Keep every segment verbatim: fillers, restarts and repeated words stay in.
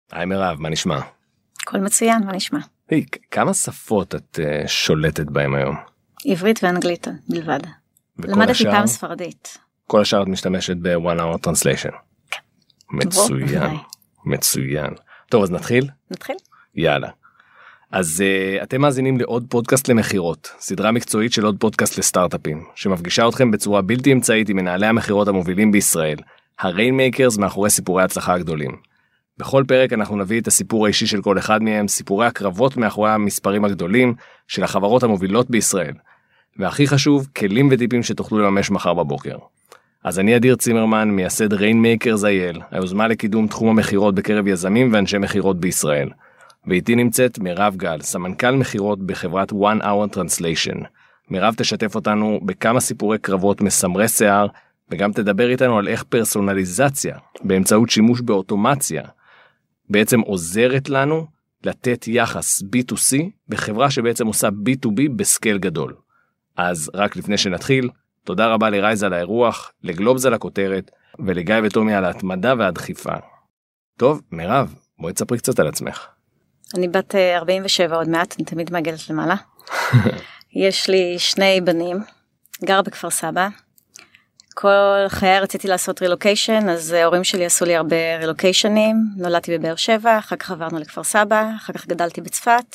היי מירב, מה נשמע? הכל מצוין, מה נשמע? היי, כמה שפות את uh, שולטת בהם היום? עברית ואנגלית בלבד. למדתי השאר, פעם ספרדית. כל השאר את משתמשת ב-one hour translation. כן. מצוין, מצוין. טוב, אז נתחיל? נתחיל. יאללה. אז uh, אתם מאזינים לעוד פודקאסט למחירות, סדרה מקצועית של עוד פודקאסט לסטארט-אפים, שמפגישה אתכם בצורה בלתי אמצעית עם מנהלי המחירות המובילים בישראל, הריינמייקרס מאחורי סיפורי הצלחה הגדולים. בכל פרק אנחנו נביא את הסיפור האישי של כל אחד מהם, סיפורי הקרבות מאחורי המספרים הגדולים של החברות המובילות בישראל. והכי חשוב, כלים וטיפים שתוכלו לממש מחר בבוקר. אז אני אדיר צימרמן, מייסד ריינמייקרס אייל, היוזמה לקידום תחום המחירות בקרב יזמים ואנשי מחירות בישראל. ואיתי נמצאת מירב גל, סמנכ"ל מחירות בחברת one hour translation. מירב תשתף אותנו בכמה סיפורי קרבות מסמרי שיער, וגם תדבר איתנו על איך פרסונליזציה, באמצעות שימוש באוטומציה, בעצם עוזרת לנו לתת יחס בי טו סי בחברה שבעצם עושה בי טו בי בסקייל גדול. אז רק לפני שנתחיל, תודה רבה לרייז על האירוח, לגלובס על הכותרת, ולגיא וטומי על ההתמדה והדחיפה. טוב, מירב, בואי תספרי קצת על עצמך. אני בת ארבעים ושבע עוד מעט, אני תמיד מעגלת למעלה. יש לי שני בנים, גר בכפר סבא. כל חיי רציתי לעשות רילוקיישן, אז ההורים שלי עשו לי הרבה רילוקיישנים, נולדתי בבאר שבע, אחר כך עברנו לכפר סבא, אחר כך גדלתי בצפת,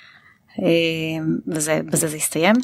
וזה, בזה זה הסתיים.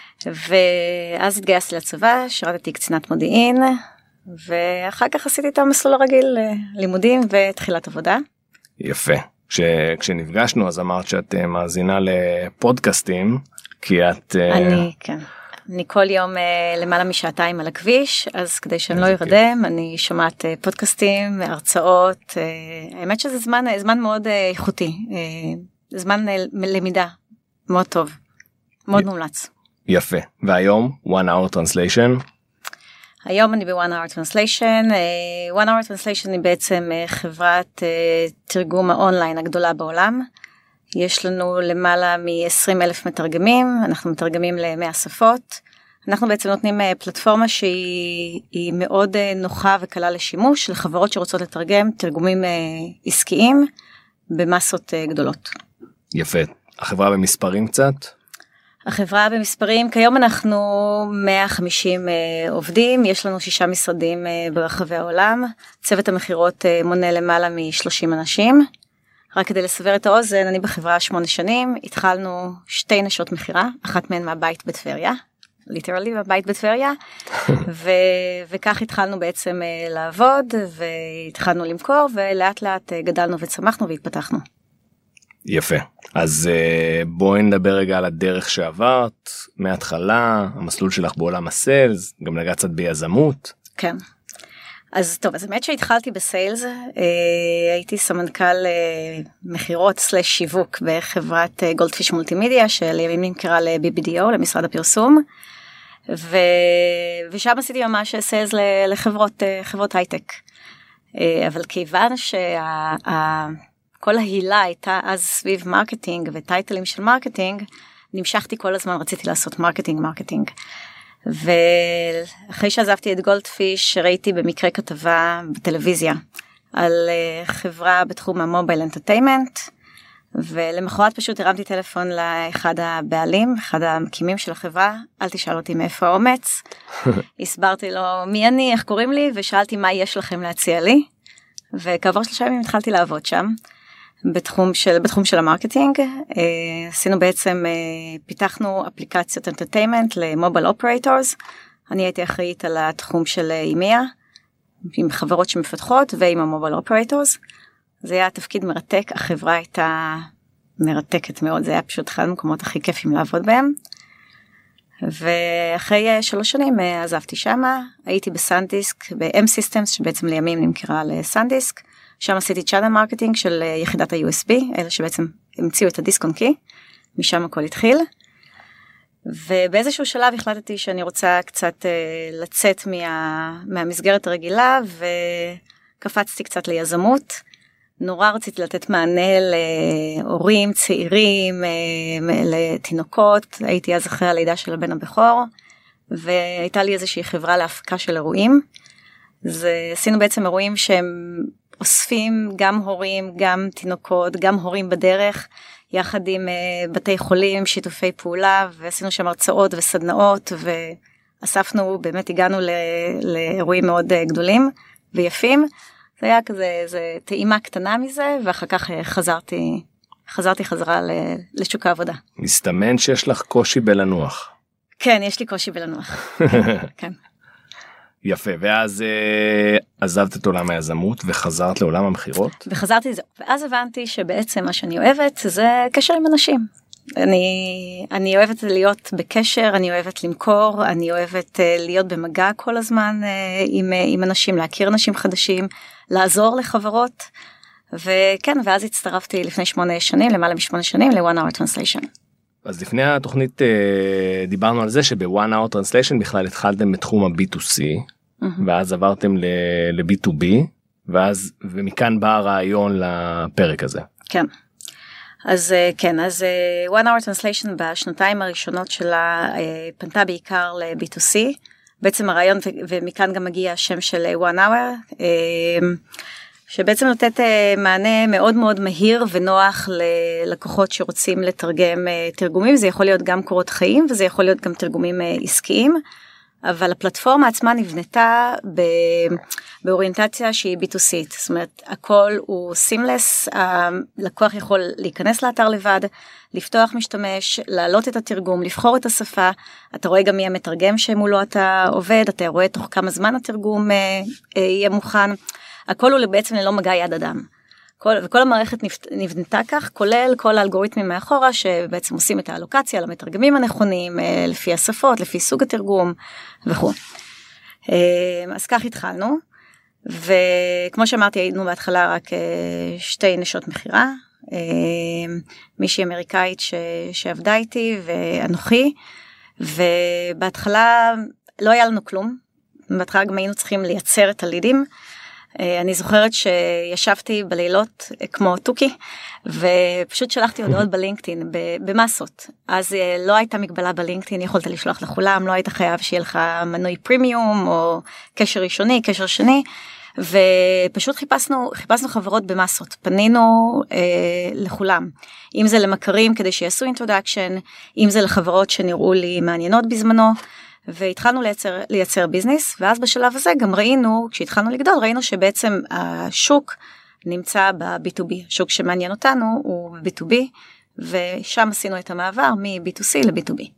ואז התגייסתי לצבא, שירתתי קצינת מודיעין, ואחר כך עשיתי את המסלול הרגיל, לימודים ותחילת עבודה. יפה. כש, כשנפגשנו אז אמרת שאת מאזינה לפודקאסטים, כי את... אני, כן. אני כל יום למעלה משעתיים על הכביש, אז כדי שאני לא ירדם, אני שומעת פודקאסטים, הרצאות, האמת שזה זמן, זמן מאוד איכותי, זמן למידה, מאוד טוב, מאוד מומלץ. יפה, והיום one hour translation? היום אני ב-one hour translation, one hour translation היא בעצם חברת תרגום האונליין הגדולה בעולם, יש לנו למעלה מ-עשרים אלף מתרגמים, אנחנו מתרגמים ל-מאה שפות. אנחנו בעצם נותנים פלטפורמה שהיא מאוד נוחה וקלה לשימוש, לחברות שרוצות לתרגם תרגומים עסקיים במסות גדולות. יפה. החברה במספרים קצת? החברה במספרים, כיום אנחנו מאה וחמישים עובדים, יש לנו שישה משרדים ברחבי העולם, צוות המחירות מונה למעלה מ-שלושים אנשים. רק כדי לסבר את האוזן, אני בחברה שמונה שנים, התחלנו שתי נשות מחירה, אחת מהן מהבית בטבריה, ליטרלי מהבית בטבריה, ו- וכך התחלנו בעצם לעבוד, והתחלנו למכור, ולאט לאט גדלנו וצמחנו והתפתחנו. יפה. אז בואי נדבר רגע על הדרך שעברת, מההתחלה, המסלול שלך בעולם הסיילס, גם נגעת קצת ביזמות. כן. אז טוב, אז באמת שהתחלתי בסיילס, הייתי סמנכ"ל מחירות סלש שיווק בחברת גולדפיש מולטימדיה, שלימים נמכרה ל-בי בי די או, למשרד הפרסום, ו... ושם עשיתי ממש סיילס לחברות חברות הייטק. אבל כיוון שכל ההילה הייתה אז סביב מרקטינג וטייטלים של מרקטינג, נמשכתי כל הזמן, רציתי לעשות מרקטינג, מרקטינג. ואחרי שעזבתי את גולדפיש, ראיתי במקרה כתבה בטלוויזיה על חברה בתחום המובייל אנטרטיימנט, ולמחרת פשוט הרמתי טלפון לאחד הבעלים, אחד המקימים של החברה, אל תשאל אותי מאיפה האומץ, הסברתי לו מי אני, איך קוראים לי, ושאלתי מה יש לכם להציע לי, וכעבור שלושה ימים התחלתי לעבוד שם, בתחום של, בתחום של המרקטינג, עשינו בעצם, פיתחנו אפליקציות אנטרטיימנט למוביל אופרייטורס, אני הייתי אחראית על התחום של אימיה, עם חברות שמפתחות ועם המוביל אופרייטורס, זה היה תפקיד מרתק, החברה הייתה מרתקת מאוד, זה היה פשוט אחד המקומות הכי כיפים לעבוד בהם, ואחרי שלוש שנים עזבתי שמה, הייתי בסנדיסק, ב-M Systems, שבעצם לימים נמכרה לסנדיסק, שם עשיתי צ'אנל מרקטינג של יחידת ה-יו אס בי, אלה שבעצם המציאו את הדיסק און קי, משם הכל התחיל. ובאיזשהו שלב החלטתי שאני רוצה קצת לצאת מה, מהמסגרת הרגילה, וקפצתי קצת ליזמות. נורא רציתי לתת מענה להורים, צעירים, לתינוקות, הייתי אז אחרי הלידה של הבן הבכור, והייתה לי איזושהי חברה להפקה של אירועים. זה, עשינו בעצם אירועים שהם אוספים גם הורים, גם תינוקות, גם הורים בדרך, יחד עם uh, בתי חולים, שיתופי פעולה, ועשינו שם הרצאות וסדנאות, ואספנו, באמת הגענו ל, לאירועים מאוד uh, גדולים ויפים. זה היה כזה, זה טעימה קטנה מזה, ואחר כך uh, חזרתי, חזרתי חזרה לשוק העבודה. מסתמן שיש לך קושי בלנוח. כן, יש לי קושי בלנוח. כן. יפה, ואז אה, עזבת את עולם היזמות וחזרת לעולם המחירות? וחזרתי לזה, ואז הבנתי שבעצם מה שאני אוהבת זה קשר עם אנשים. אני, אני אוהבת להיות בקשר, אני אוהבת למכור, אני אוהבת אה, להיות במגע כל הזמן אה, עם, אה, עם אנשים, להכיר אנשים חדשים, לעזור לחברות, וכן, ואז הצטרפתי לפני שמונה שנים, למעלה משמונה שנים, ל-One Hour Translation. אז לפני התוכנית דיברנו על זה שב-One Hour Translation בכלל התחלתם בתחום ה-בי טו סי, ואז עברתם ל-בי טו בי, ואז, ומכאן בא הרעיון לפרק הזה. כן. אז כן, אז One Hour Translation בשנתיים הראשונות שלה פנתה בעיקר ל-בי טו סי, בעצם הרעיון, ומכאן גם מגיע השם של One Hour, שבעצם נותנת מענה מאוד מאוד מהיר ונוח ללקוחות שרוצים לתרגם תרגומים, זה יכול להיות גם קורות חיים, וזה יכול להיות גם תרגומים עסקיים, אבל הפלטפורמה עצמה נבנתה באוריינטציה שהיא בי טו סי, זאת אומרת, הכל הוא סימלס, הלקוח יכול להיכנס לאתר לבד, לפתוח משתמש, להעלות את התרגום, לבחור את השפה, אתה רואה גם מי המתרגם שמולו אתה עובד, אתה רואה תוך כמה זמן התרגום יהיה מוכן, הכל הוא בעצם ללא מגע יד אדם. כל, וכל המערכת נבנתה כך, כולל כל האלגוריתמים מאחורה, שבעצם עושים את האלוקציה למתרגמים הנכונים, לפי השפות, לפי סוג התרגום וכו'. אז כך התחלנו, וכמו שאמרתי, היינו בהתחלה רק שתי נשות מחירה, מישהי אמריקאית ש, שעבדה איתי, ואנוכי, ובהתחלה לא היה לנו כלום, בהתחלה גם היינו צריכים לייצר את הלידים, אני זוכרת שישבתי בלילות כמו טוקי, ופשוט שלחתי הודעות בלינקדאין, במסות. אז לא הייתה מגבלה בלינקדאין, יכולת לשלוח לכולם, לא היית חייב שיהיה לך מנוי פרימיום, או קשר ראשוני, קשר שני, ופשוט חיפשנו, חיפשנו חברות במסות, פנינו אה, לכולם. אם זה למכרים כדי שיעשו אינטרודקשן, אם זה לחברות שנראו לי מעניינות בזמנו, והתחלנו לייצר, לייצר ביזנס, ואז בשלב הזה גם ראינו, כשהתחלנו לגדול, ראינו שבעצם השוק נמצא ב-בי טו בי. השוק שמעניין אותנו הוא בי טו בי, ושם עשינו את המעבר מ-בי טו סי ל-בי טו בי.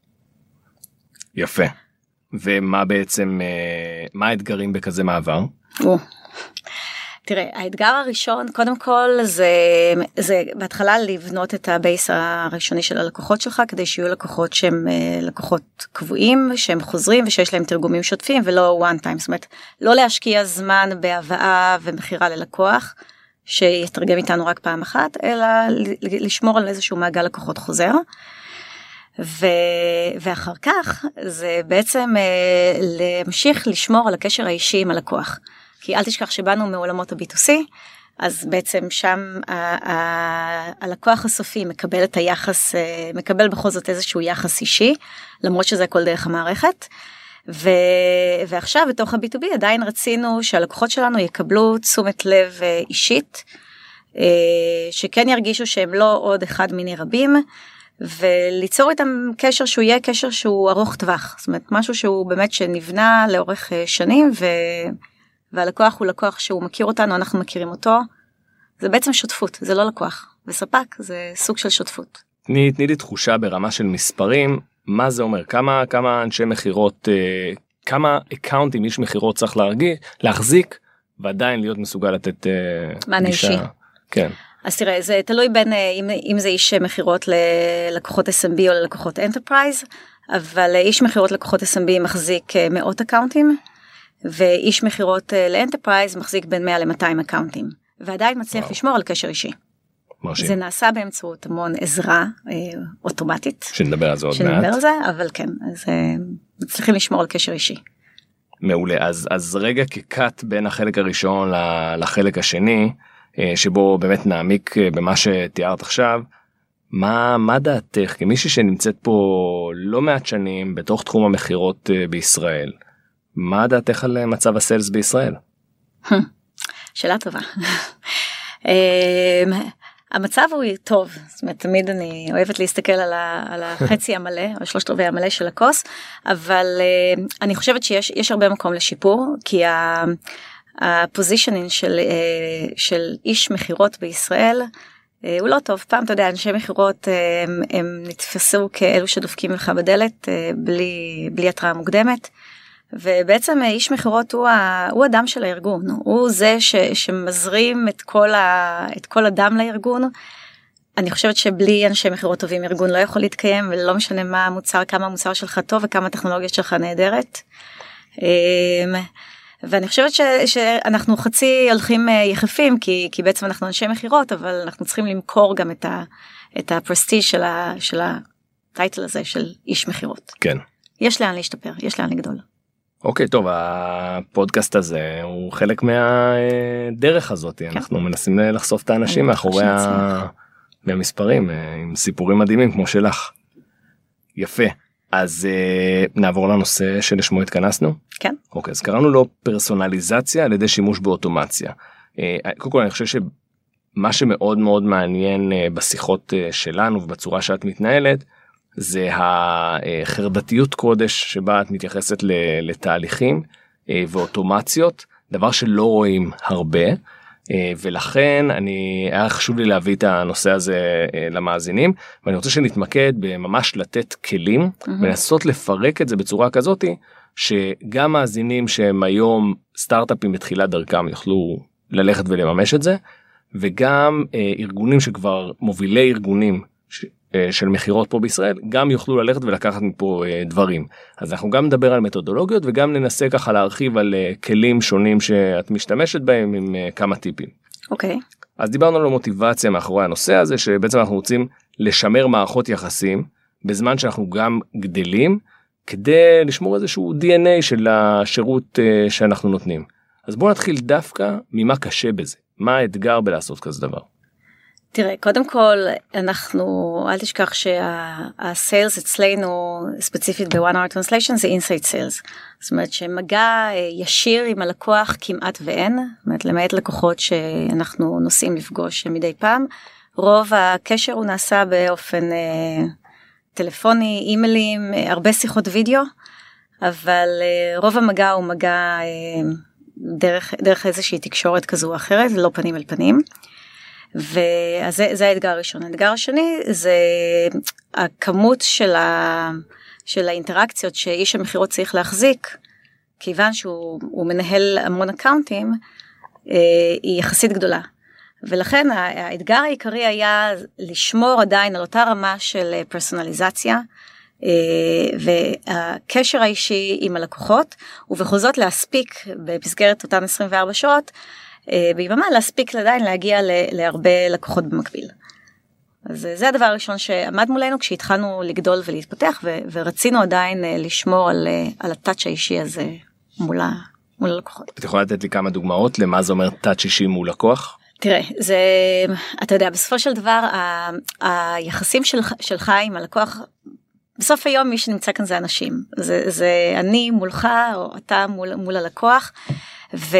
יפה. ומה בעצם, מה האתגרים בכזה מעבר? או. תראה, האתגר הראשון, קודם כל, זה, זה בהתחלה לבנות את הבייס הראשוני של הלקוחות שלך, כדי שיהיו לקוחות שהם לקוחות קבועים, שהם חוזרים ושיש להם תרגומים שוטפים, ולא one time. זאת אומרת, לא להשקיע זמן בהבאה ומחירה ללקוח, שיתרגם איתנו רק פעם אחת, אלא לשמור על איזשהו מעגל לקוחות חוזר. ו... ואחר כך, זה בעצם להמשיך לשמור על הקשר האישי עם הלקוח. כי אל תשכח שבאנו מעולמות ה-בי טו סי, אז בעצם שם ה- ה- הלקוח הסופי מקבל את היחס, מקבל בכל זאת איזשהו יחס אישי, למרות שזה הכל דרך המערכת, ו- ועכשיו בתוך ה-בי טו בי עדיין רצינו שהלקוחות שלנו יקבלו תשומת לב אישית, שכן ירגישו שהם לא עוד אחד מיני רבים, וליצור איתם קשר שהוא יהיה קשר שהוא ארוך טווח, זאת אומרת משהו שהוא באמת שנבנה לאורך שנים, ו... והלקוח הוא לקוח שהוא מכיר אותנו, אנחנו מכירים אותו, זה בעצם שותפות, זה לא לקוח, וספק זה סוג של שותפות. תני, תני לי תחושה ברמה של מספרים, מה זה אומר, כמה, כמה אנשי מחירות, כמה אקאונטים איש מחירות צריך להרגיש, להחזיק, ועדיין להיות מסוגל לתת מענה אישי. כן. אז תראה, זה תלוי בין, אם, אם זה איש מחירות ללקוחות אס אם בי או ללקוחות אנטרפרייז, אבל איש מחירות ללקוחות אס אם בי מחזיק מאות אקאונטים, ואיש מחירות לאנטרפרייז מחזיק בין מאה ל-מאתיים אקאונטים, ועדיין מצליח לשמור על קשר אישי. מרשים. זה נעשה באמצעות המון עזרה אוטומטית. שנדבר על זה עוד מעט. שנדבר על זה, אבל כן, אז מצליחים לשמור על קשר אישי. מעולה, אז, אז רגע כקאט בין החלק הראשון לחלק השני, שבו באמת נעמיק במה שתיארת עכשיו, מה, מה דעתך, כמישהי שנמצאת פה לא מעט שנים בתוך תחום המחירות בישראל, מה דעתך על מצב הסלס בישראל? שאלה טובה. המצב הוא טוב, זאת אומרת, תמיד אני אוהבת להסתכל על, ה, על החצי המלא, או שלושת רבעי המלא של הכוס, אבל uh, אני חושבת שיש יש הרבה מקום לשיפור, כי הפוזישנינג של, uh, של איש מחירות בישראל, uh, הוא לא טוב. פעם, אתה יודע, אנשי מחירות, uh, הם, הם נתפסו כאלו שדופקים לך בדלת, uh, בלי, בלי התראה מוקדמת, ובעצם איש מחירות הוא, ה, הוא הדם של הארגון, הוא זה ש, שמזרים את כל, ה, את כל הדם לארגון. אני חושבת שבלי אנשי מחירות טובים ארגון לא יכול להתקיים, ולא משנה מה המוצר, כמה המוצר שלך טוב וכמה הטכנולוגיה שלך נהדרת. ואני חושבת ש, שאנחנו חצי הולכים יחפים, כי, כי בעצם אנחנו אנשי מחירות, אבל אנחנו צריכים למכור גם את, ה, את הפרסטיג' של, ה, של הטייטל הזה של איש מחירות. כן. יש לאן להשתפר, יש לאן לגדול. אוקיי, טוב, הפודקאסט הזה הוא חלק מהדרך הזאת, אנחנו מנסים לחשוף את האנשים מאחורי המספרים, עם סיפורים מדהימים כמו שלך. יפה, אז נעבור לנושא שלשמו התכנסנו? כן. אוקיי, אז קראנו לו פרסונליזציה על ידי שימוש באוטומציה. קודם כל אני חושב שמה שמאוד מאוד מעניין בשיחות שלנו ובצורה שאת מתנהלת, זה החרדתיות קודש שבה את מתייחסת לתהליכים ואוטומציות, דבר שלא רואים הרבה, ולכן אני, היה חשוב לי להביא את הנושא הזה למאזינים, ואני רוצה שנתמקד בממש לתת כלים, mm-hmm. ולנסות לפרק את זה בצורה כזאת, שגם מאזינים שהם היום סטארט-אפים בתחילת דרכם יוכלו ללכת ולממש את זה, וגם ארגונים שכבר מובילי ארגונים, של מחירות פה בישראל, גם יוכלו ללכת ולקחת מפה דברים. אז אנחנו גם נדבר על מתודולוגיות, וגם ננסה ככה להרחיב על כלים שונים שאת משתמשת בהם עם כמה טיפים. אוקיי. אז דיברנו על המוטיבציה מאחורי הנושא הזה, שבעצם אנחנו רוצים לשמר מערכות יחסים, בזמן שאנחנו גם גדלים, כדי לשמור איזשהו די אן איי של השירות שאנחנו נותנים. אז בואו נתחיל דווקא ממה קשה בזה. מה האתגר בלעשות כזה דבר? תראה, קודם כל, אנחנו, אל תשכח שהסיילס אצלנו, ספציפית ב-One Hour Translation, זה Inside Sales. זאת אומרת שמגע ישיר עם הלקוח כמעט ואין, זאת אומרת, למעט לקוחות שאנחנו נוסעים לפגוש מדי פעם, רוב הקשר הוא נעשה באופן אה, טלפוני, אימיילים, הרבה שיחות וידאו, אבל אה, רוב המגע הוא מגע אה, דרך, דרך איזושהי תקשורת כזו או אחרת, לא פנים אל פנים. ואז זה, זה האתגר הראשון. האתגר השני זה הכמות של, ה, של האינטראקציות שאיש המחירות צריך להחזיק, כיוון שהוא מנהל המון אקאונטים, היא יחסית גדולה. ולכן האתגר העיקרי היה לשמור עדיין על אותה רמה של פרסונליזציה, והקשר האישי עם הלקוחות, ובכל זאת להספיק במסגרת אותן עשרים וארבע שעות, ביממה להספיק עדיין להגיע להרבה לקוחות במקביל. אז זה הדבר הראשון שעמד מולנו כשהתחלנו לגדול ולהתפתח, ורצינו עדיין לשמור על, על הטאץ' האישי הזה מול, מול הלקוחות. את יכולה לתת לי כמה דוגמאות למה זה אומר טאץ' אישי מול לקוח? תראה, זה, אתה יודע, בסופו של דבר, ה, היחסים של, שלך עם הלקוח, בסוף היום מי שנמצא כאן זה אנשים. זה, זה אני מולך, או אתה מול, מול הלקוח, ו...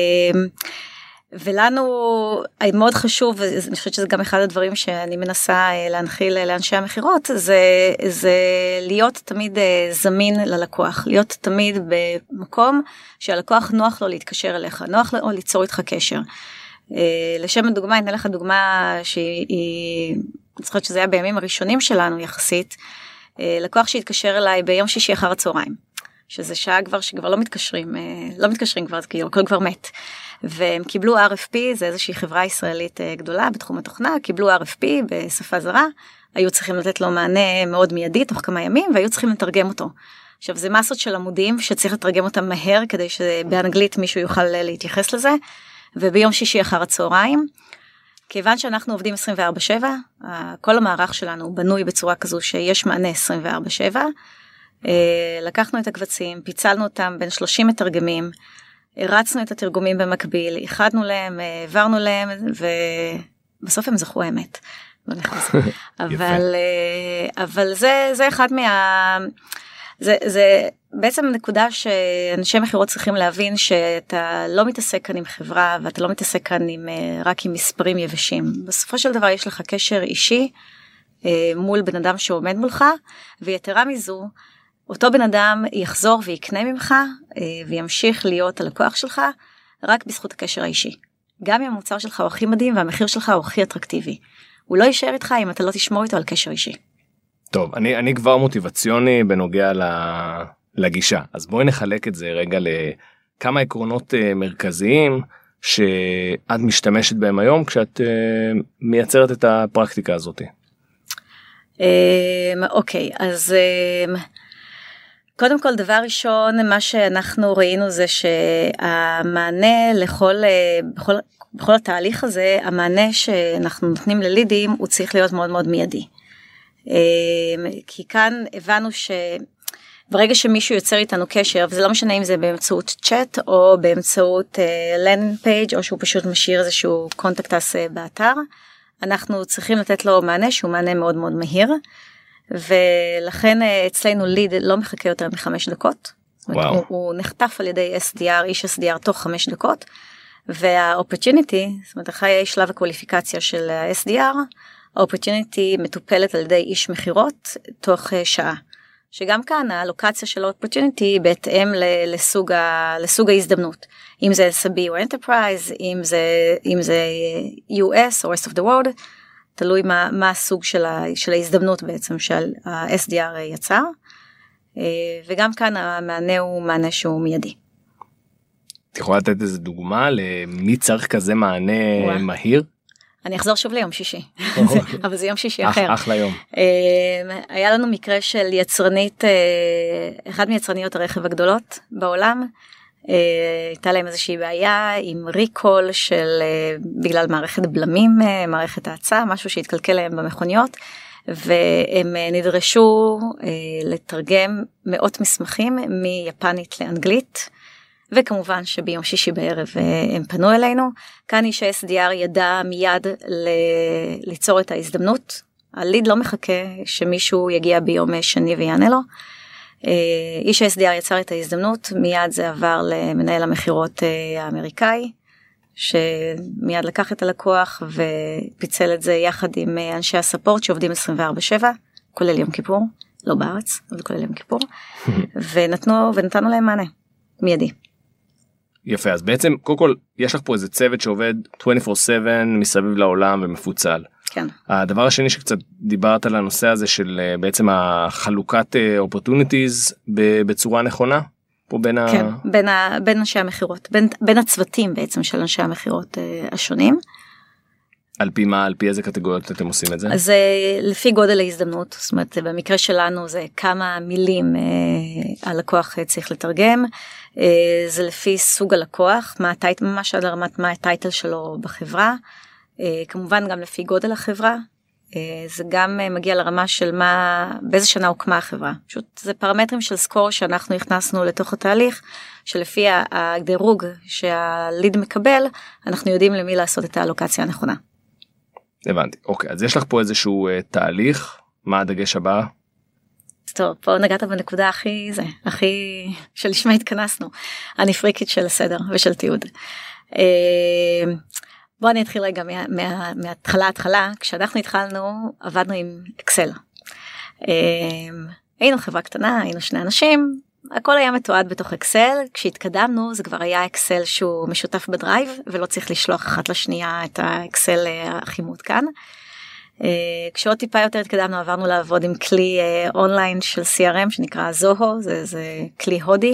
ולנו מאוד חשוב, ואני חושבת שזה גם אחד הדברים שאני מנסה להנחיל לאנשי המחירות, זה, זה להיות תמיד זמין ללקוח, להיות תמיד במקום שהלקוח נוח לו להתקשר אליך, נוח לו ליצור איתך קשר. לשם הדוגמה, אני אתן לך דוגמה שהיא, אני זוכרת שזה היה בימים הראשונים שלנו יחסית, לקוח שהתקשר אליי ביום שישי אחר הצהריים, שזה שעה כבר שכבר לא מתקשרים, לא מתקשרים כבר, כי הכל כבר מת. והם קיבלו אר אף פי, זה איזושהי חברה ישראלית גדולה בתחום התוכנה, קיבלו אר אף פי בשפה זרה, היו צריכים לתת לו מענה מאוד מיידי תוך כמה ימים, והיו צריכים לתרגם אותו. עכשיו, זה מסות של עמודים שצריך לתרגם אותם מהר, כדי שבאנגלית מישהו יוכל להתייחס לזה, וביום שישי אחר הצהריים, כיוון שאנחנו עובדים עשרים וארבע שבע, כל המערך שלנו בנוי בצורה כזו שיש מענה עשרים וארבע שבע, לקחנו את הקבצים, פיצלנו אותם בין שלושים מתרגמים, הרצנו את התרגומים במקביל, איחדנו להם, העברנו להם, ובסוף הם זכו האמת. לא נכנס. אבל, אבל זה, זה אחד מה... זה, זה, בעצם נקודה שאנשי מחירות צריכים להבין שאתה לא מתעסק כאן עם חברה, ואתה לא מתעסק כאן עם, רק עם מספרים יבשים. בסופו של דבר יש לך קשר אישי מול בן אדם שעומד מולך, ויתרה מזו, אותו בן אדם יחזור ויקנה ממך, וימשיך להיות הלקוח שלך, רק בזכות הקשר האישי. גם אם המוצר שלך הוא הכי מדהים, והמחיר שלך הוא הכי אטרקטיבי. הוא לא יישאר איתך אם אתה לא תשמור איתו על קשר אישי. טוב, אני, אני כבר מוטיבציוני בנוגע לגישה. אז בואי נחלק את זה רגע לכמה עקרונות מרכזיים שאת משתמשת בהם היום כשאת מייצרת את הפרקטיקה הזאת. אוקיי, אז קודם כל דבר ראשון, מה שאנחנו ראינו זה שהמענה לכל, בכל, בכל התהליך הזה, המענה שאנחנו נותנים ללידים הוא צריך להיות מאוד מאוד מיידי. כי כאן הבנו שברגע שמישהו יוצר איתנו קשר, וזה לא משנה אם זה באמצעות צ'אט או באמצעות לנדינג פייג' או שהוא פשוט משאיר איזשהו קונטקט אס באתר, אנחנו צריכים לתת לו מענה שהוא מענה מאוד מאוד מהיר, ולכן אצלנו ליד לא מחכה יותר מחמש דקות. וואו. הוא, הוא נחטף על ידי אס די אר, איש אס די אר תוך חמש דקות, וה-opportunity, זאת אומרת, אחרי שלב הקווליפיקציה של ה-אס די אר, ה-opportunity מטופלת על ידי איש מחירות תוך שעה. שגם כאן הלוקציה של ה-opportunity בהתאם לסוג, ה, לסוג ההזדמנות. אם זה אס בי או Enterprise, אם זה, אם זה יו אס או Rest of the World, תלוי מה, מה הסוג של, ה, של ההזדמנות בעצם של ה-אס די אר יצר. וגם כאן המענה הוא מענה שהוא מיידי. את יכולה לתת איזו דוגמה למי צריך כזה מענה ווא. מהיר? אני אחזור שוב ליום שישי, אבל זה יום שישי אח, אחר. אחלה יום. היה לנו מקרה של יצרנית, אחד מיצרניות הרכב הגדולות בעולם, הייתה להם איזושהי בעיה עם ריקול של, בגלל מערכת בלמים, מערכת ההצעה, משהו שהתקלקל להם במכוניות, והם נדרשו לתרגם מאות מסמכים מיפנית לאנגלית, וכמובן שביום שישי בערב הם פנו אלינו. כאן איש ה-אס די אר ידע מיד ל- ליצור את ההזדמנות. הליד לא מחכה שמישהו יגיע ביום שני ויענה לו. איש ה-אס די אר יצר את ההזדמנות, מיד זה עבר למנהל המחירות האמריקאי, שמיד לקח את הלקוח ופיצל את זה יחד עם אנשי הספורט שעובדים עשרים וארבע שבע, כולל יום כיפור, לא בארץ, אבל כולל יום כיפור, ונתנו, ונתנו להם מענה מיידי. יפה, אז בעצם, קודם כל, יש לך פה איזה צוות שעובד עשרים וארבע שבע מסביב לעולם ומפוצל. כן. הדבר השני שקצת דיברת על הנושא הזה של בעצם החלוקת opportunities בצורה נכונה, פה בין ה... כן, בין, ה... בין אנשי המחירות, בין, בין הצוותים בעצם של אנשי המחירות השונים. על פי מה, על פי איזה קטגוריות אתם עושים את זה? אז לפי גודל ההזדמנות, זאת אומרת, במקרה שלנו זה כמה מילים אה, הלקוח צריך לתרגם, אה, זה לפי סוג הלקוח, מה הטייטל, ממש עד הרמת מה הטייטל שלו בחברה, אה, כמובן גם לפי גודל החברה, אה, זה גם אה, מגיע לרמה של מה, באיזה שנה הוקמה החברה, פשוט זה פרמטרים של סקור שאנחנו הכנסנו לתוך התהליך, שלפי הדירוג שהליד מקבל, אנחנו יודעים למי לעשות את האלוקציה הנכונה. הבנתי, אוקיי, אז יש לך פה איזשהו uh, תהליך, מה הדגש הבא? טוב, פה נגעת בנקודה הכי זה, הכי שלשמה התכנסנו, אני פריקית של הסדר ושל תיעוד. Uh, בוא אני אתחיל רגע מה, מה, מההתחלה, התחלה, כשאנחנו התחלנו, עבדנו עם אקסל. Uh, היינו חברה קטנה, היינו שני אנשים, הכל היה מתועד בתוך אקסל, כשהתקדמנו זה כבר היה אקסל שהוא משותף בדרייב, ולא צריך לשלוח אחת לשנייה את האקסל הכי מעודכן. כשעוד טיפה יותר התקדמנו, עברנו לעבוד עם כלי אונליין של סי אר אם שנקרא זוהו, זה, זה כלי הודי,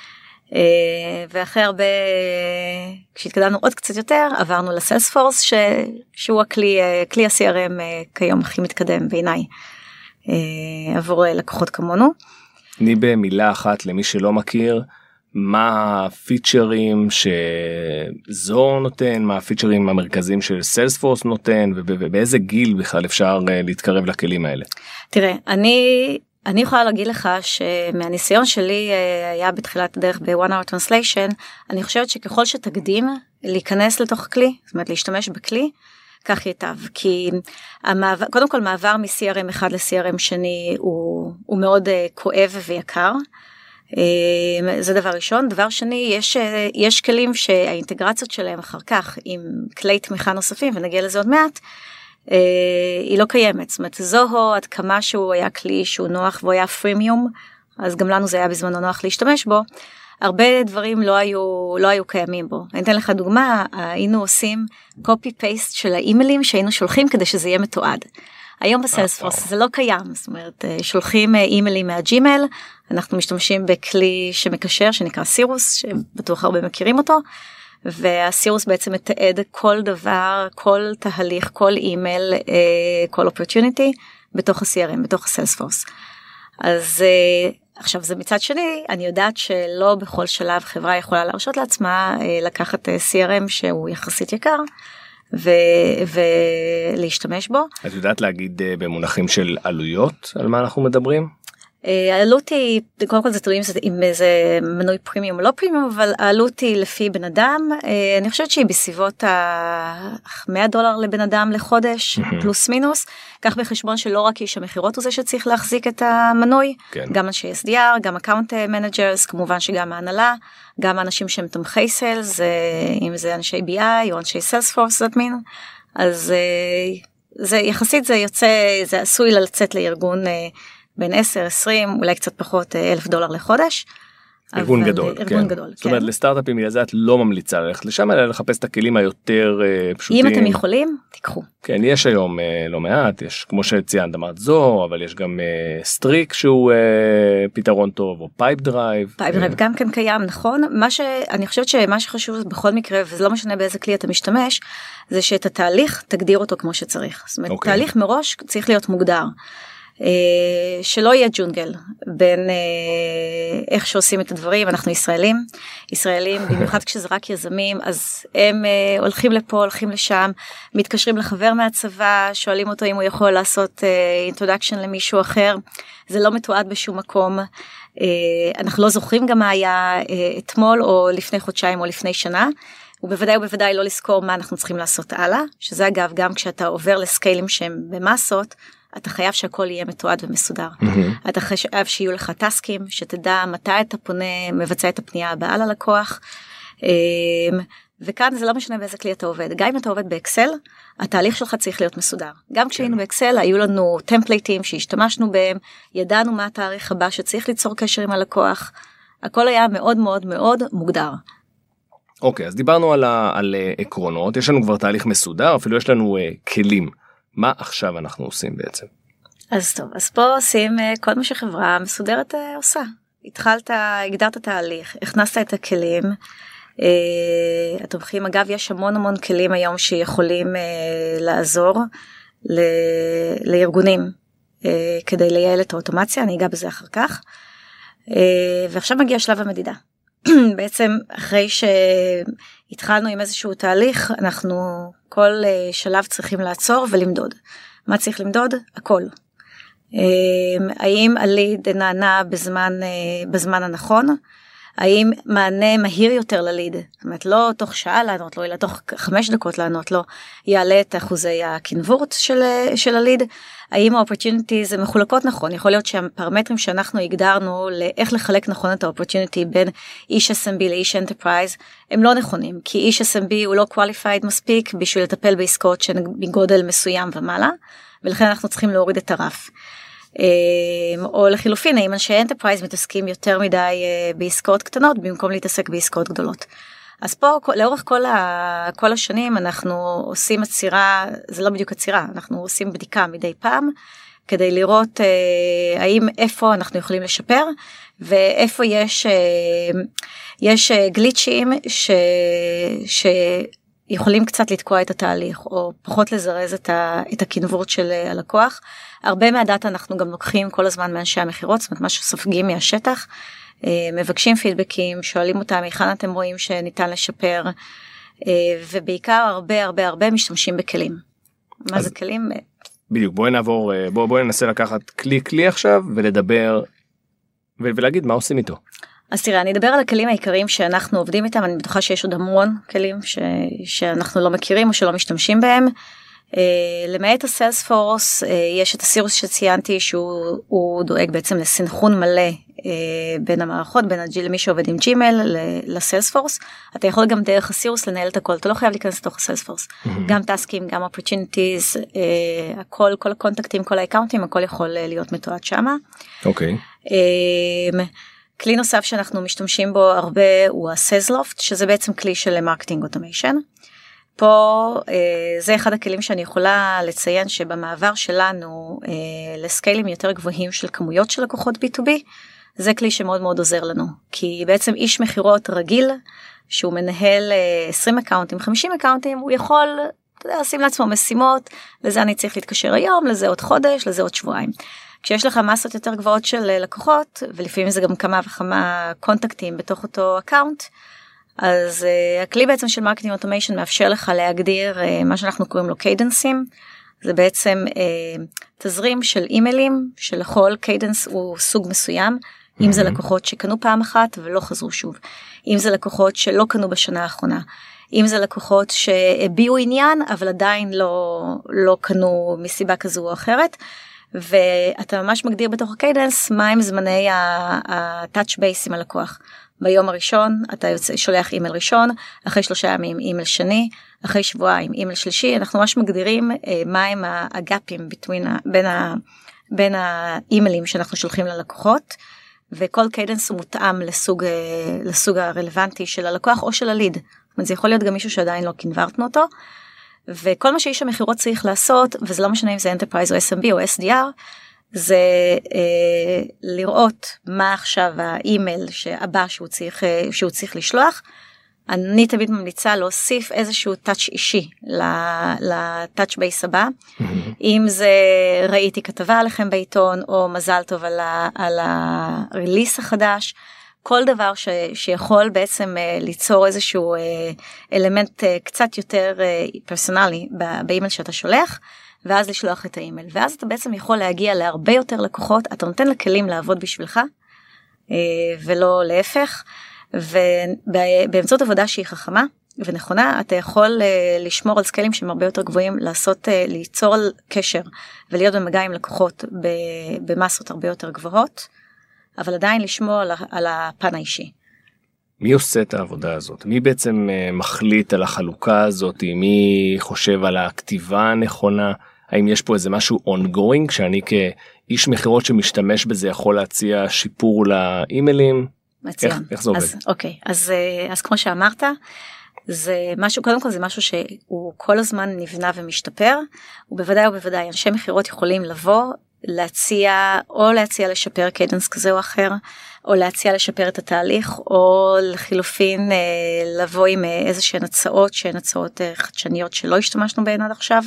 ואחרי הרבה, כשהתקדמנו עוד קצת יותר, עברנו לסיילספורס, ש, שהוא הכלי, כלי ה-סי אר אם כיום הכי מתקדם בעיניי, עבור לקוחות כמונו. אני במילה אחת למי שלא מכיר, מה הפיצ'רים שזו נותן, מה הפיצ'רים המרכזיים של סיילספורס נותן, ובאיזה גיל בכלל אפשר להתקרב לכלים האלה? תראה, אני, אני יכולה להגיד לך שמהניסיון שלי היה בתחילת הדרך ב-One Hour Translation, אני חושבת שככל שתקדים להיכנס לתוך כלי, זאת אומרת להשתמש בכלי, כך ייטב, כי המעבר, קודם כל מעבר מ-סי אר אם אחד ל-סי אר אם שני הוא, הוא מאוד uh, כואב ויקר, זה דבר ראשון. דבר שני, יש, יש כלים שהאינטגרציות שלהם אחר כך עם כלי תמיכה נוספים, ונגיע לזה עוד מעט, היא לא קיימת. זאת אומרת, זוהו, עד כמה שהוא היה כלי שהוא נוח והוא היה פרימיום, אז גם לנו זה היה בזמנו נוח להשתמש בו, הרבה דברים לא היו, לא היו קיימים בו. אני אתן לך דוגמה, היינו עושים copy-paste של האימיילים שהיינו שולחים כדי שזה יהיה מתועד. היום בסיילספורס זה לא קיים, זאת אומרת, שולחים אימיילים מהג'ימייל, אנחנו משתמשים בכלי שמקשר, שנקרא סירוס, שבטוח הרבה מכירים אותו, והסירוס בעצם מתעד כל דבר, כל תהליך, כל אימייל, כל opportunity, בתוך ה-סי אר אם, בתוך הסיילספורס. אז עכשיו זה מצד שני, אני יודעת שלא בכל שלב חברה יכולה להרשות לעצמה לקחת סי אר אם שהוא יחסית יקר, ולהשתמש בו. את יודעת להגיד במונחים של עלויות על מה אנחנו מדברים? העלות היא, קודם כל זה תלוי אם זה מנוי פרימיום או לא פרימיום, אבל העלות היא לפי בן אדם, אני חושבת שהיא בסביבות ה-מאה דולר לבן אדם לחודש, פלוס מינוס, כך בחשבון שלא רק איש המחירות הוא זה שצריך להחזיק את המנוי, גם אנשי אס די אר, גם אקאונט מנג'רס, כמובן שגם ההנהלה, גם האנשים שהם תומכי סיילס, אם זה אנשי בי איי או אנשי סיילספורס, זאת מין, אז זה יחסית זה יוצא, זה עשוי לצאת לארגון בין עשר, עשרים, אולי קצת פחות אלף דולר לחודש. ארגון גדול, ארגון כן. גדול, זאת אומרת, כן. לסטארט-אפים בגלל זה את לא ממליצה ללכת לשם, אלא לחפש את הכלים היותר פשוטים. אם אתם יכולים, תיקחו. כן, יש היום לא מעט, יש כמו שציינת אמרת זו, אבל יש גם סטריק שהוא פתרון טוב, או פייפ דרייב. פייפ דרייב גם כן קיים, נכון. מה שאני חושבת שמה שחשוב בכל מקרה, וזה לא משנה באיזה כלי אתה משתמש, זה שאת התהליך תגדיר אותו כמו שצריך. זאת אומרת, אוקיי. תהליך מראש צריך להיות מוגדר. שלא יהיה ג'ונגל בין איך שעושים את הדברים. אנחנו ישראלים, ישראלים במיוחד כשזה רק יזמים, אז הם הולכים לפה, הולכים לשם, מתקשרים לחבר מהצבא, שואלים אותו אם הוא יכול לעשות introduction למישהו אחר, זה לא מתועד בשום מקום, אנחנו לא זוכרים גם מה היה אתמול או לפני חודשיים או לפני שנה, ובוודאי ובוודאי לא לזכור מה אנחנו צריכים לעשות הלאה, שזה אגב גם כשאתה עובר לסקיילים שהם במסות, אתה חייב שהכל יהיה מתועד ומסודר. Mm-hmm. אתה חייב שיהיו לך טסקים, שתדע מתי אתה פונה, מבצע את הפנייה הבאה ללקוח, וכאן זה לא משנה באיזה כלי אתה עובד. גם אם אתה עובד באקסל, התהליך שלך צריך להיות מסודר. גם כשהיינו באקסל, היו לנו טמפלייטים שהשתמשנו בהם, ידענו מה התאריך הבא שצריך ליצור קשר עם הלקוח, הכל היה מאוד מאוד מאוד מוגדר. אוקיי, אז דיברנו על, ה- על עקרונות, יש לנו כבר תהליך מסודר, אפילו יש לנו uh, כלים. מה עכשיו אנחנו עושים בעצם? אז טוב, אז פה עושים כל מה שחברה מסודרת עושה. התחלת, הגדרת תהליך, הכנסת את הכלים, התומכים, אגב, יש המון המון כלים היום שיכולים לעזור לארגונים, כדי לייעל את האוטומציה, אני אגע בזה אחר כך. ועכשיו מגיע שלב המדידה. בעצם אחרי שהתחלנו עם איזשהו תהליך, אנחנו כל שלב צריכים לעצור ולמדוד. מה צריך למדוד? הכל. האם הליד נענה בזמן, בזמן הנכון? האם מענה מהיר יותר לליד? זאת אומרת, לא תוך שעה לענות לו, אלא תוך חמש דקות לענות לו, יעלה את אחוזי הקנבורט של, של הליד. האם האופורטיוניטי זה מחולקות נכון? יכול להיות שהפרמטרים שאנחנו הגדרנו לאיך לחלק נכון את האופורטיוניטי בין איש אס אם בי לאיש אנטרפרייז, הם לא נכונים, כי איש אס אם בי הוא לא qualified מספיק בשביל לטפל בעסקאות שבגודל מסוים ומעלה, ולכן אנחנו צריכים להוריד את הרף. או לחילופין, האם אנשי אנטרפרייז מתעסקים יותר מדי בעסקאות קטנות במקום להתעסק בעסקאות גדולות. אז פה לאורך כל, ה, כל השנים אנחנו עושים עצירה, זה לא בדיוק עצירה, אנחנו עושים בדיקה מדי פעם כדי לראות אה, האם איפה אנחנו יכולים לשפר ואיפה יש, אה, יש גליצ'ים ש, שיכולים קצת לתקוע את התהליך או פחות לזרז את, ה, את הכנבורת של הלקוח. הרבה מהדאטה אנחנו גם לוקחים כל הזמן מאנשי המחירות, זאת אומרת מה שסופגים מהשטח, מבקשים פידבקים, שואלים אותם היכן אתם רואים שניתן לשפר, ובעיקר הרבה הרבה הרבה משתמשים בכלים. מה זה כלים? בדיוק, בואי נעבור, בואי בואי ננסה לקחת כלי כלי עכשיו ולדבר ולהגיד מה עושים איתו. אז תראה, אני אדבר על הכלים העיקריים שאנחנו עובדים איתם, אני בטוחה שיש עוד המון כלים ש... שאנחנו לא מכירים או שלא משתמשים בהם. Uh, למעט הסיילספורס, uh, יש את הסירוס שציינתי שהוא דואג בעצם לסנכרון מלא uh, בין המערכות, בין למי שעובד עם ג'ימייל לסיילספורס, אתה יכול גם דרך הסירוס לנהל את הכל, אתה לא חייב להיכנס לתוך הסיילספורס, גם טסקים, גם opportunities, הכל, כל הקונטקטים, כל האקאונטים, הכל יכול להיות מתועד שמה. אוקיי. כלי נוסף שאנחנו משתמשים בו הרבה הוא ה-Salesloft, שזה בעצם כלי של מרקטינג אוטומיישן. פה זה אחד הכלים שאני יכולה לציין שבמעבר שלנו לסקיילים יותר גבוהים של כמויות של לקוחות בי טו בי, זה כלי שמאוד מאוד עוזר לנו, כי בעצם איש מחירות רגיל, שהוא מנהל עשרים אקאונטים, חמישים אקאונטים, הוא יכול לשים לעצמו משימות, לזה אני צריך להתקשר היום, לזה עוד חודש, לזה עוד שבועיים. כשיש לך מסות יותר גבוהות של לקוחות, ולפעמים זה גם כמה וכמה קונטקטים בתוך אותו אקאונט, אז uh, הכלי בעצם של מרקטינג אוטומיישן מאפשר לך להגדיר uh, מה שאנחנו קוראים לו קיידנסים, זה בעצם uh, תזרים של אימיילים, שלכל קיידנס הוא סוג מסוים, mm-hmm. אם זה לקוחות שקנו פעם אחת ולא חזרו שוב, אם זה לקוחות שלא קנו בשנה האחרונה, אם זה לקוחות שהביעו עניין, אבל עדיין לא, לא קנו מסיבה כזו או אחרת, ואתה ממש מגדיר בתוך הקיידנס, מה הם זמני ה-touch base עם הלקוח. ביום הראשון, אתה יוצא, שולח אימייל ראשון, אחרי שלושה ימים אימייל שני, אחרי שבועיים אימייל שלישי, אנחנו ממש מגדירים אה, מה הם הגאפים between, בין, ה, בין האימיילים שאנחנו שולחים ללקוחות, וכל קיידנס הוא מותאם לסוג, אה, לסוג הרלוונטי של הלקוח או של הליד. זאת אומרת, זה יכול להיות גם מישהו שעדיין לא קנברטנו אותו, וכל מה שאיש המחירות צריך לעשות, וזה לא משנה אם זה Enterprise או אס אם בי או אס די אר, זה אה, לראות מה עכשיו האימייל הבא שהוא צריך, אה, שהוא צריך לשלוח. אני תמיד ממליצה להוסיף איזשהו טאץ' אישי לטאץ' בייס הבא. Mm-hmm. אם זה ראיתי כתבה עליכם בעיתון, או מזל טוב על, ה, על הריליס החדש, כל דבר ש, שיכול בעצם אה, ליצור איזשהו אה, אלמנט אה, קצת יותר אה, פרסונלי באימייל שאתה שולח, ואז לשלוח את האימייל. ואז אתה בעצם יכול להגיע להרבה יותר לקוחות, אתה נותן לכלים לעבוד בשבילך, ולא להפך, ובאמצעות עבודה שהיא חכמה ונכונה, אתה יכול לשמור על סקיילים שהם הרבה יותר גבוהים, לעשות, ליצור קשר, ולהיות במגע עם לקוחות במסות הרבה יותר גבוהות, אבל עדיין לשמור על הפן האישי. מי עושה את העבודה הזאת? מי בעצם מחליט על החלוקה הזאת? מי חושב על הכתיבה הנכונה? האם יש פה איזה משהו ongoing, שאני כאיש מחירות שמשתמש בזה יכול להציע שיפור לאימיילים? מצוין. איך, איך זה עובד? אז, אוקיי, אז, אז כמו שאמרת, זה משהו, קודם כל זה משהו שהוא כל הזמן נבנה ומשתפר, ובוודאי ובוודאי אנשי מחירות יכולים לבוא, להציע, או להציע לשפר קיידנס כזה או אחר, או להציע לשפר את התהליך, או לחילופין לבוא עם איזה שהן הצעות, שהן הצעות חדשניות שלא השתמשנו בהן עד עכשיו.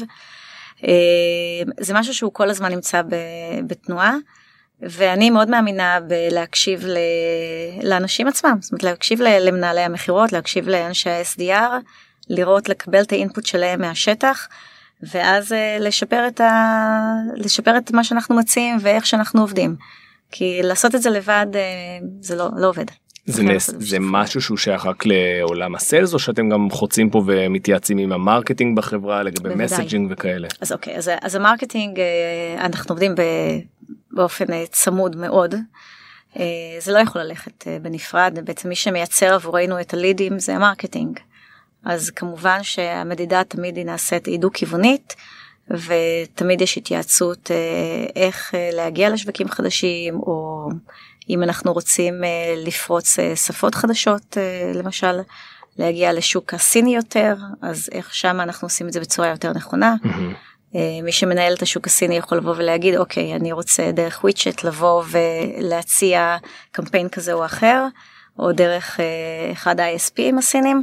זה משהו שהוא כל הזמן נמצא בתנועה, ואני מאוד מאמינה בלהקשיב לאנשים עצמם, זאת אומרת להקשיב למנהלי המחירות, להקשיב לאנשי ה-אס די אר, לראות, לקבל את האינפוט שלהם מהשטח, ואז לשפר את, ה... לשפר את מה שאנחנו מציעים ואיך שאנחנו עובדים. כי לעשות את זה לבד זה לא, לא עובד. זה, נס, זה משהו שהוא שייך רק לעולם הסיילס, או שאתם גם חוצים פה ומתייעצים עם המרקטינג בחברה לגבי מסג'ינג וכאלה? אז אוקיי, אז, אז המרקטינג, אנחנו עובדים באופן צמוד מאוד. זה לא יכול ללכת בנפרד, בעצם מי שמייצר עבורנו את הלידים זה המרקטינג. אז כמובן שהמדידה תמיד היא נעשית עידו כיוונית, ותמיד יש התייעצות איך להגיע לשווקים חדשים, או אם אנחנו רוצים לפרוץ שפות חדשות, למשל, להגיע לשוק הסיני יותר, אז איך שם אנחנו עושים את זה בצורה יותר נכונה. Mm-hmm. מי שמנהל את השוק הסיני יכול לבוא ולהגיד, אוקיי, אני רוצה דרך וויצ'ט לבוא ולהציע קמפיין כזה או אחר, או דרך אחד ה-איי אס פי הסינים.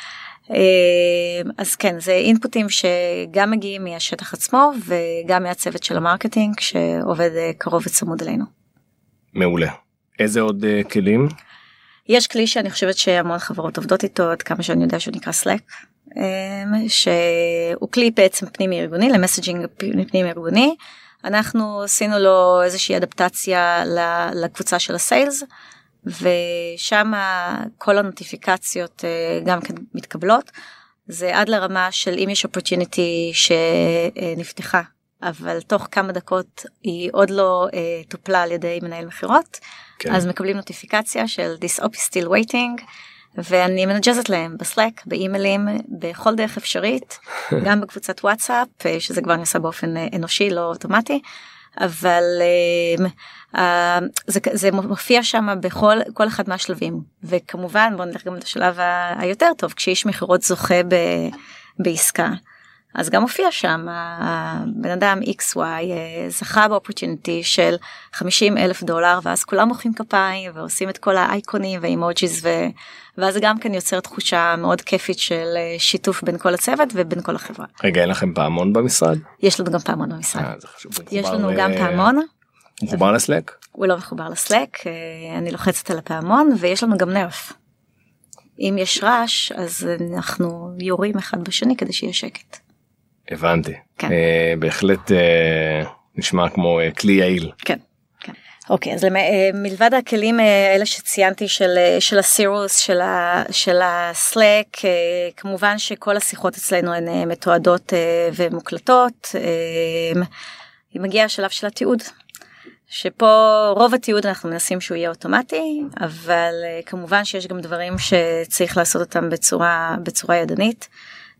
אז כן, זה אינפוטים שגם מגיעים מהשטח עצמו, וגם מהצוות של המרקטינג, שעובד קרוב וצמוד אלינו. מעולה. איזה עוד uh, כלים? יש כלי שאני חושבת שהמון חברות עובדות איתו, עד כמה שאני יודע שהוא נקרא Slack, שהוא כלי בעצם פנימי ארגוני, למסג'ינג פנימי ארגוני. אנחנו עשינו לו איזושהי אדפטציה לקבוצה של הסיילס, ושם כל הנוטיפיקציות גם כן מתקבלות. זה עד לרמה של אם יש opportunity שנפתחה אבל תוך כמה דקות היא עוד לא אה, טופלה על ידי מנהל מחירות, כן. אז מקבלים נוטיפיקציה של This op is still waiting, ואני מנג'זת להם בסלק, באימיילים, בכל דרך אפשרית, גם בקבוצת וואטסאפ, שזה כבר נעשה באופן אנושי, לא אוטומטי, אבל uh, זה, זה מופיע שם בכל כל אחד מהשלבים, וכמובן בואו נלך גם את השלב היותר טוב, כשאיש מחירות זוכה ב, בעסקה, אז גם מופיע שם, הבן אדם אקס וואי זכה באופורטוניטי של חמישים אלף דולר, ואז כולם מוחאים כפיים ועושים את כל האייקונים והאימוג'יז, ו... ואז גם כן יוצר תחושה מאוד כיפית של שיתוף בין כל הצוות ובין כל החברה. רגע, אין לכם פעמון במשרד? יש לנו גם פעמון במשרד. אה, זה חשוב. יש לנו גם פעמון. הוא מחובר לסלק? הוא לא מחובר לסלק, אני לוחצת על הפעמון, ויש לנו גם נרף. אם יש רעש, אז אנחנו יורים אחד בשני כדי שיהיה שקט. הבנתי. כן. Uh, בהחלט uh, נשמע כמו uh, כלי יעיל. כן. כן. אוקיי, אז למ... uh, מלבד הכלים uh, האלה שציינתי של, uh, של הסירוס, של, ה... של הסלק, uh, כמובן שכל השיחות אצלנו הן uh, מתועדות uh, ומוקלטות, uh, היא מגיעה השלב של התיעוד. שפה רוב התיעוד אנחנו מנסים שהוא יהיה אוטומטי, אבל uh, כמובן שיש גם דברים שצריך לעשות אותם בצורה, בצורה ידנית.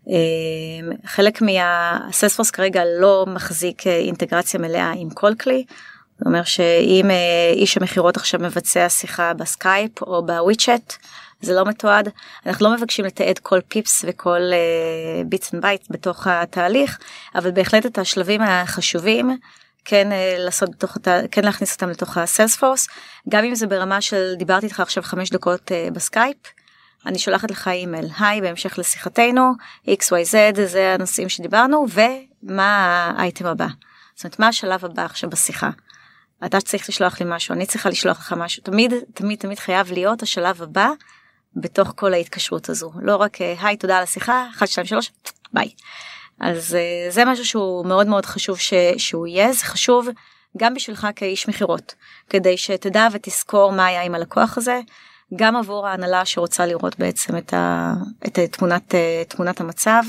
חלק מהסלספורס כרגע לא מחזיק אינטגרציה מלאה עם כל כלי, זאת אומרת שאם איש המחירות עכשיו מבצע שיחה בסקייפ או בוויצ'ט, זה לא מתועד, אנחנו לא מבקשים לתעד כל פיפס וכל ביטס אנד בייט בתוך התהליך, אבל בהחלט את השלבים החשובים, כן, לעשות בתוך, כן להכניס אותם לתוך הסלספורס, גם אם זה ברמה של דיברתי איתך עכשיו חמש דקות בסקייפ, אני שולחת לך אימייל, היי, בהמשך לשיחתנו, אקס וואי זד, זה הנושאים שדיברנו, ומה האייטם הבא? זאת אומרת, מה השלב הבא עכשיו בשיחה? אתה צריך לשלוח לי משהו, אני צריכה לשלוח לך משהו, תמיד, תמיד, תמיד חייב להיות השלב הבא, בתוך כל ההתקשרות הזו. לא רק, היי, תודה על השיחה, אחת, שתיים, שלוש, ביי. אז זה משהו שהוא מאוד מאוד חשוב ש, שהוא יהיה, זה חשוב גם בשבילך כאיש מחירות, כדי שתדע ותזכור מה היה עם הלקוח הזה, גם עבור ההנהלה שרוצה לראות בעצם את, ה, את תמונת, תמונת המצב,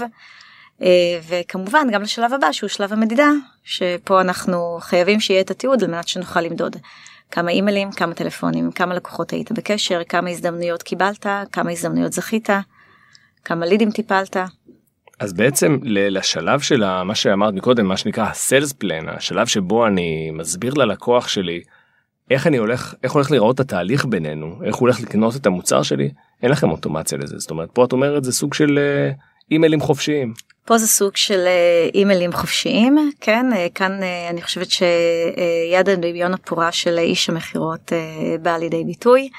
וכמובן גם לשלב הבא שהוא שלב המדידה, שפה אנחנו חייבים שיהיה את התיעוד על מנת שנוכל למדוד כמה אימיילים, כמה טלפונים, כמה לקוחות היית בקשר, כמה הזדמנויות קיבלת, כמה הזדמנויות זכית, כמה לידים טיפלת. אז בעצם לשלב של מה שאמרת מקודם, מה שנקרא ה-sales plan, השלב שבו אני מסביר ללקוח שלי, איך אני הולך, איך הולך לראות את התהליך בינינו, איך הוא הולך לקנות את המוצר שלי, אין לכם אוטומציה לזה, זאת אומרת, פה את אומרת, זה סוג של אימיילים חופשיים. פה זה סוג של אימיילים חופשיים, כן, כאן אני חושבת שיד הדמיון הפורה של איש המחירות בא לידי ביטוי,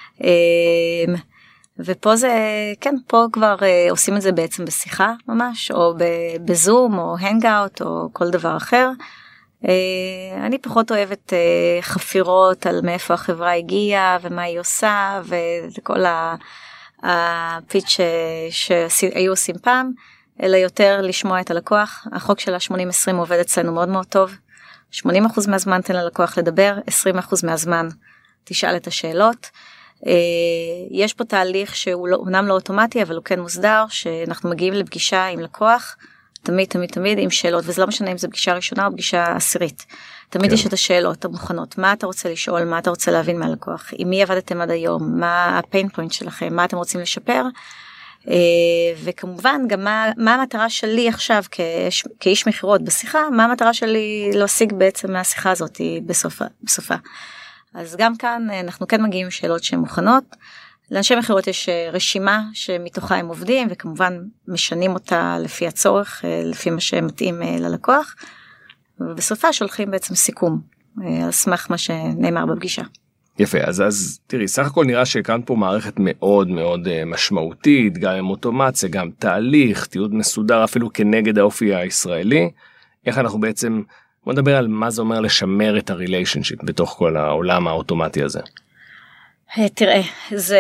ופה זה, כן, פה כבר עושים את זה בעצם בשיחה ממש, או בזום, או הנגאוט, או כל דבר אחר, אני פחות אוהבת חפירות על מאיפה החברה הגיעה ומה היא עושה וכל הפיץ' שהיו עושים פעם, אלא יותר לשמוע את הלקוח. החוק של ה-שמונים עשרים עובד אצלנו מאוד מאוד טוב. שמונים אחוז מהזמן תן ללקוח לדבר, עשרים אחוז מהזמן תשאל את השאלות. יש פה תהליך שהוא אומנם לא אוטומטי, אבל הוא כן מוסדר, שאנחנו מגיעים לפגישה עם לקוח, תמיד, תמיד, תמיד עם שאלות, וזה לא משנה אם זה פגישה ראשונה או פגישה עשירית. תמיד יש את השאלות המוכנות, מה אתה רוצה לשאול, מה אתה רוצה להבין מהלקוח, עם מי עבדתם עד היום, מה הפיין פוינט שלכם, מה אתם רוצים לשפר, וכמובן גם מה, מה המטרה שלי עכשיו כאיש, כאיש מחירות בשיחה, מה המטרה שלי להשיג בעצם מהשיחה הזאת בסופה, בסופה. אז גם כאן אנחנו כן מגיעים עם שאלות שהן מוכנות, לאנשי מחירות יש רשימה שמתוכה הם עובדים, וכמובן משנים אותה לפי הצורך, לפי מה שמתאים ללקוח, ובסופה שולחים בעצם סיכום, על סמך מה שנאמר בפגישה. יפה, אז, אז תראי, סך הכל נראה שכאן פה מערכת מאוד מאוד משמעותית, גם עם אוטומציה, גם תהליך, תיעוד מסודר אפילו כנגד האופי הישראלי, איך אנחנו בעצם, בוא נדבר על מה זה אומר לשמר את הריליישנשיפ בתוך כל העולם האוטומטי הזה. תראה, זה,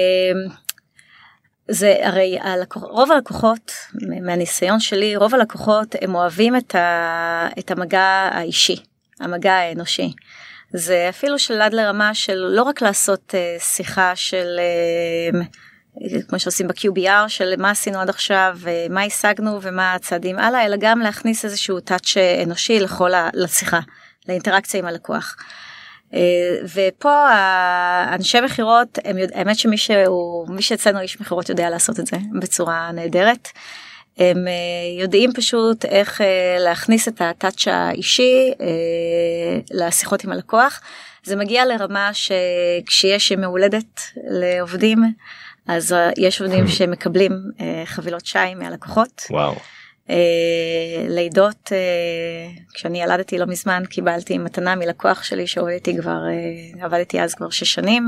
זה הרי הלקוח, רוב הלקוחות, מהניסיון שלי, רוב הלקוחות הם אוהבים את, ה, את המגע האישי, המגע האנושי. זה אפילו של עד לרמה של לא רק לעשות שיחה של כמו שעושים ב-קיו בי אר של מה עשינו עד עכשיו, ומה השגנו ומה הצעדים הלאה, אלא גם להכניס איזשהו טאץ' אנושי לכל השיחה, לאינטראקציה עם הלקוח. ופה האנשי מחירות, האמת שמי שהוא, מי שאצלנו איש מחירות יודע לעשות את זה בצורה נהדרת. הם יודעים פשוט איך להכניס את הטאץ' האישי לשיחות עם הלקוח. זה מגיע לרמה שכשיש מעולדת לעובדים, אז יש עובדים שמקבלים חבילות שי מהלקוחות. וואו. לידות, כשאני ילדתי לא מזמן, קיבלתי מתנה מלקוח שלי שעבדתי כבר, עבדתי אז כבר שש שנים.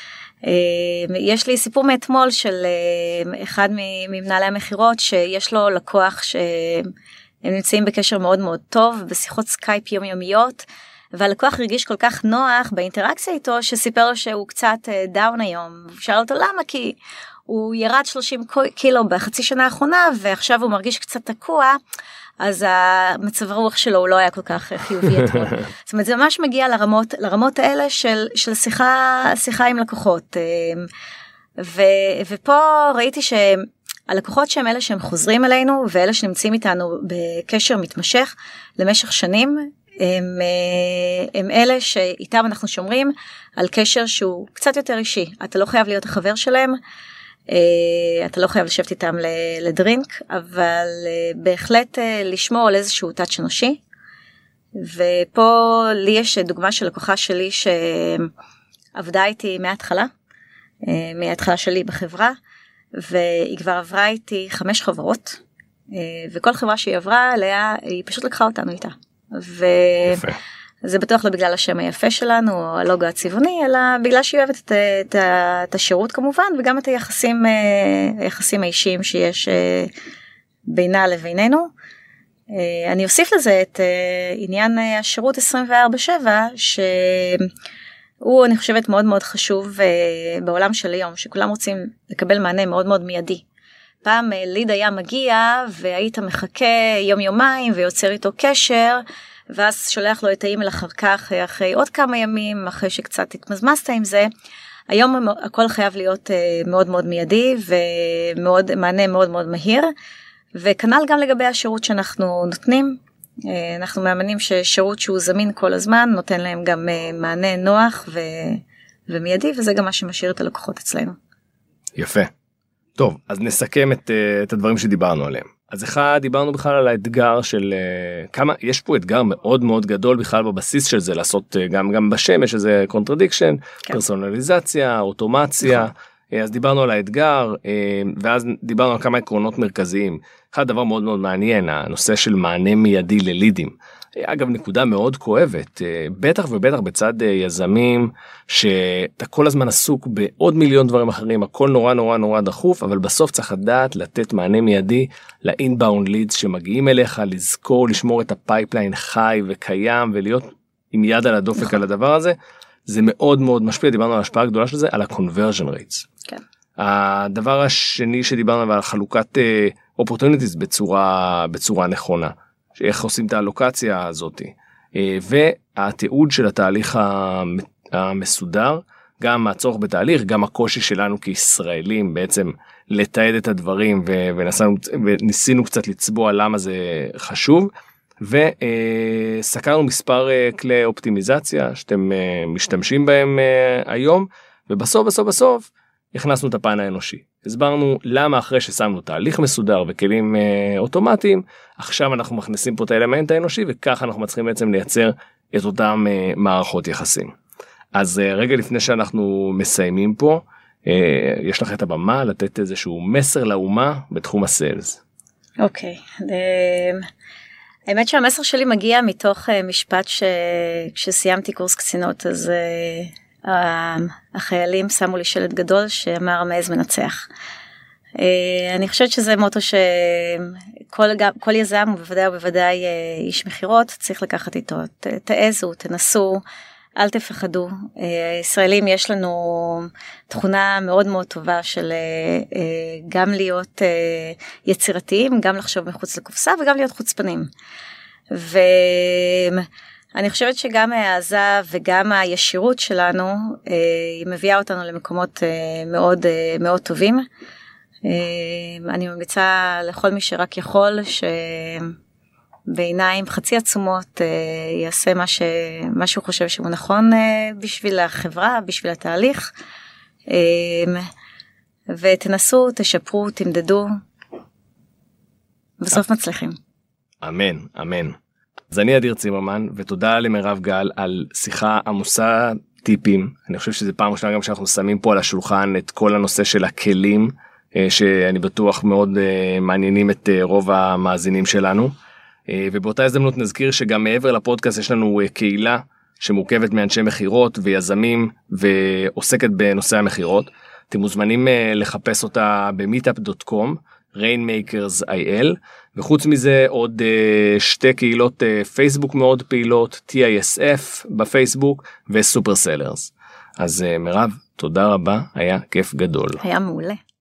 יש לי סיפור מאתמול של אחד ממנהלי המחירות, שיש לו לקוח שהם נמצאים בקשר מאוד מאוד טוב, בשיחות סקייפ יומיומיות, והלקוח הרגיש כל כך נוח באינטראקציה איתו, שסיפר לו שהוא קצת דאון היום. שאל אותו למה? כי הוא ירד שלושים קילו בחצי שנה האחרונה, ועכשיו הוא מרגיש קצת תקוע, אז המצב הרוח שלו הוא לא היה כל כך חיובי אתמול. זאת אומרת, זה ממש מגיע לרמות, לרמות האלה של, של שיחה, שיחה עם לקוחות. ו, ופה ראיתי שהלקוחות שהם אלה שהם חוזרים אלינו, ואלה שנמצאים איתנו בקשר מתמשך למשך שנים, הם, הם אלה שאיתם אנחנו שומרים על קשר שהוא קצת יותר אישי. אתה לא חייב להיות החבר שלהם, אתה לא חייב לשבת איתם לדרינק, אבל בהחלט לשמור על איזשהו טאץ' אנושי. ופה לי יש דוגמה של לקוחה שלי שעבדה איתי מההתחלה, מההתחלה שלי בחברה, והיא כבר עברה איתי חמש חברות, וכל חברה שהיא עברה עליה, היא פשוט לקחה אותנו איתה. וזה בטוח לא בגלל השם היפה שלנו, או הלוגו הצבעוני, אלא בגלל שהיא אוהבת את, את, את השירות כמובן, וגם את היחסים, היחסים האישיים שיש בינה לבינינו. אני אוסיף לזה את עניין השירות עשרים וארבע שבע, שהוא אני חושבת מאוד מאוד חשוב בעולם של היום, שכולם רוצים לקבל מענה מאוד מאוד מיידי. פעם ליד היה מגיע והיית מחכה יום יומיים ויוצר איתו קשר, ואז שולח לו את האימייל אחר כך, אחרי עוד כמה ימים, אחרי שקצת התמזמזת עם זה. היום הכל חייב להיות מאוד מאוד מיידי, ומאוד, מענה מאוד מאוד מהיר, וכנ"ל גם לגבי השירות שאנחנו נותנים. אנחנו מאמינים ששירות שהוא זמין כל הזמן, נותן להם גם מענה נוח ו... ומיידי, וזה גם מה שמשאיר את הלקוחות אצלנו. יפה. טוב, אז נסכם את, את הדברים שדיברנו עליהם. אז אחד, דיברנו בכלל על האתגר של כמה, יש פה אתגר מאוד מאוד גדול בכלל בבסיס של זה, לעשות גם, גם בשם, יש איזה קונטרדיקשן, כן. פרסונליזציה, אוטומציה, נכון. אז דיברנו על האתגר, ואז דיברנו על כמה עקרונות מרכזיים. אחד דבר מאוד מאוד מעניין, הנושא של מענה מיידי ללידים. אגב, נקודה מאוד כואבת, בטח ובטח בצד יזמים, שאתה כל הזמן עסוק בעוד מיליון דברים אחרים, הכל נורא נורא נורא דחוף, אבל בסוף צריך לדעת לתת מענה מיידי ל-inbound leads שמגיעים אליך, לזכור, לשמור את הפייפליין חי וקיים, ולהיות עם יד על הדופק על הדבר הזה. זה מאוד מאוד משפיע, דיברנו על ההשפעה הגדולה של זה, על ה-conversion rates. כן. הדבר השני שדיברנו על חלוקת opportunities בצורה, בצורה נכונה. איך עושים את האלוקציה הזאת, והתיעוד של התהליך המסודר, גם הצורך בתהליך, גם הקושי שלנו כישראלים בעצם לתעד את הדברים, וניסינו קצת לצבוע למה זה חשוב, וסקרנו מספר כלי אופטימיזציה שאתם משתמשים בהם היום, ובסוף בסוף בסוף הכנסנו את הפן האנושי. הסברנו למה אחרי ששמנו תהליך מסודר וכלים אה, אוטומטיים, עכשיו אנחנו מכניסים פה את האלמנט האנושי, וככה אנחנו מצליחים בעצם לייצר את אותם אה, מערכות יחסים. אז אה, רגע לפני שאנחנו מסיימים פה, אה, יש לך את הבמה לתת איזשהו מסר לאומה בתחום הסיילס. אוקיי. Okay. האמת שהמסר שלי מגיע מתוך אה, משפט שכשסיימתי קורס קצינות, אז... אה, החיילים שמו לי שלט גדול שאמר מעז מנצח. אני חושבת שזה מוטו שכל כל יזם ובוודאי ובוודאי איש מחירות צריך לקחת איתו. תעזו, תנסו, אל תפחדו. ישראלים יש לנו תכונה מאוד מאוד טובה של גם להיות יצירתיים, גם לחשוב מחוץ לקופסה וגם להיות חוצפנים. ו... אני חושבת שגם העזה וגם הישירות שלנו, היא מביאה אותנו למקומות מאוד מאוד טובים. אני ממליצה לכל מי שרק יכול, שבעיניים חצי עצומות יעשה מה, ש... מה שהוא חושב שהוא נכון בשביל החברה, בשביל התהליך. ותנסו, תשפרו, תמדדו, בסוף מצליחים. אמן, אמן. אז אני אדיר צימרמן, ותודה למירב גל על שיחה עמוסה טיפים. אני חושב שזה פעם ראשונה גם שאנחנו שמים פה על השולחן את כל הנושא של הכלים, שאני בטוח מאוד מעניינים את רוב המאזינים שלנו. ובאותה הזדמנות נזכיר שגם מעבר לפודקאסט יש לנו קהילה שמורכבת מאנשי מחירות ויזמים ועוסקת בנושא המחירות. אתם מוזמנים לחפש אותה ב-meetup דוט קום, Rainmakers איי אל, וחוץ מזה עוד שתי קהילות פייסבוק מאוד פעילות, טי איי אס אף בפייסבוק וסופר סלרס. אז מירב, תודה רבה, היה כיף גדול. היה מעולה.